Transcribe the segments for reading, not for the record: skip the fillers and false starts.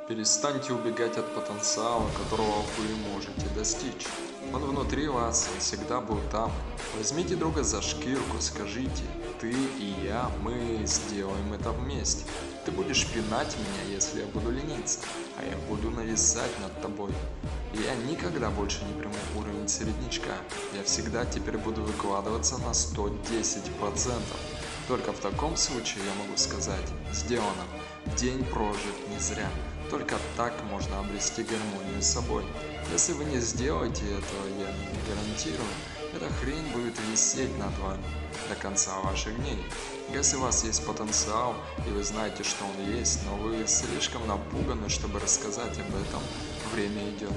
Перестаньте убегать от потенциала, которого вы можете достичь. Он внутри вас, он всегда был там. Возьмите друга за шкирку, скажите: ты и я, мы сделаем это вместе. Ты будешь пинать меня, если я буду лениться, а я буду нависать над тобой. Я никогда больше не приму уровень середнячка. Я всегда теперь буду выкладываться на 110%. Только в таком случае я могу сказать: сделано. День прожит не зря. Только так можно обрести гармонию с собой. Если вы не сделаете этого, я гарантирую, эта хрень будет висеть над вами до конца ваших дней. Если у вас есть потенциал, и вы знаете, что он есть, но вы слишком напуганы, чтобы рассказать об этом, время идет,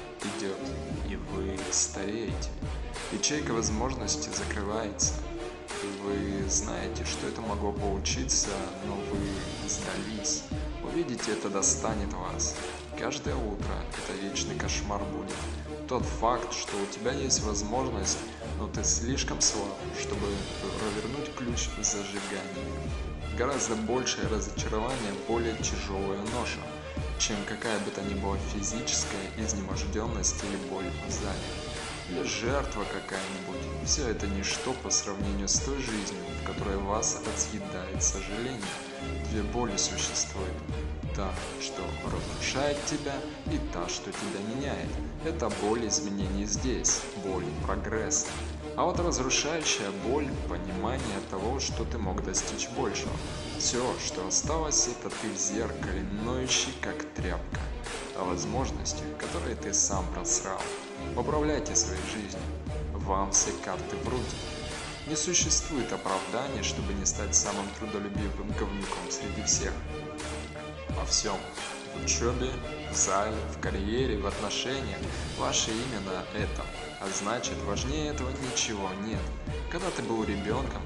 и вы стареете. Ячейка возможностей закрывается. Вы знаете, что это могло получиться, но вы сдались. Увидите, это достанет вас. Каждое утро это вечный кошмар будет. Тот факт, что у тебя есть возможность, но ты слишком слаб, чтобы провернуть ключ зажигания. Гораздо большее разочарование, более тяжелая ноша, чем какая бы то ни была физическая изнеможденность или боль в зале. Или жертва какая-нибудь. Все это ничто по сравнению с той жизнью, в которой вас разъедает сожаление. Две боли существуют. Та, что разрушает тебя, и та, что тебя меняет. Это боль изменений здесь, боль прогресса. А вот разрушающая боль – понимание того, что ты мог достичь большего. Все, что осталось, это ты в зеркале, ноющий как тряпка. О возможностях, которые ты сам просрал. Управляйте своей жизнью. Вам все карты в руки. Не существует оправданий, чтобы не стать самым трудолюбивым говнюком среди всех. Во всем. В учебе, в зале, в карьере, в отношениях. Ваше имя на этом. А значит, важнее этого ничего нет. Когда ты был ребенком,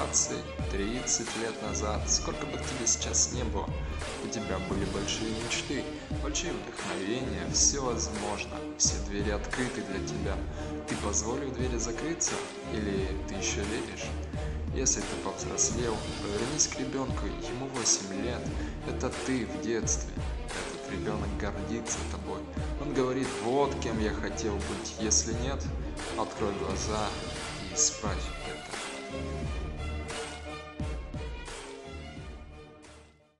20-30 лет назад, сколько бы тебе сейчас не было, у тебя были большие мечты, большие вдохновения, все возможно, все двери открыты для тебя. Ты позволил двери закрыться или ты еще веришь? Если ты повзрослел, повернись к ребенку, ему 8 лет, это ты в детстве. Этот ребенок гордится тобой. Он говорит: вот кем я хотел быть. Если нет, открой глаза и исправь это.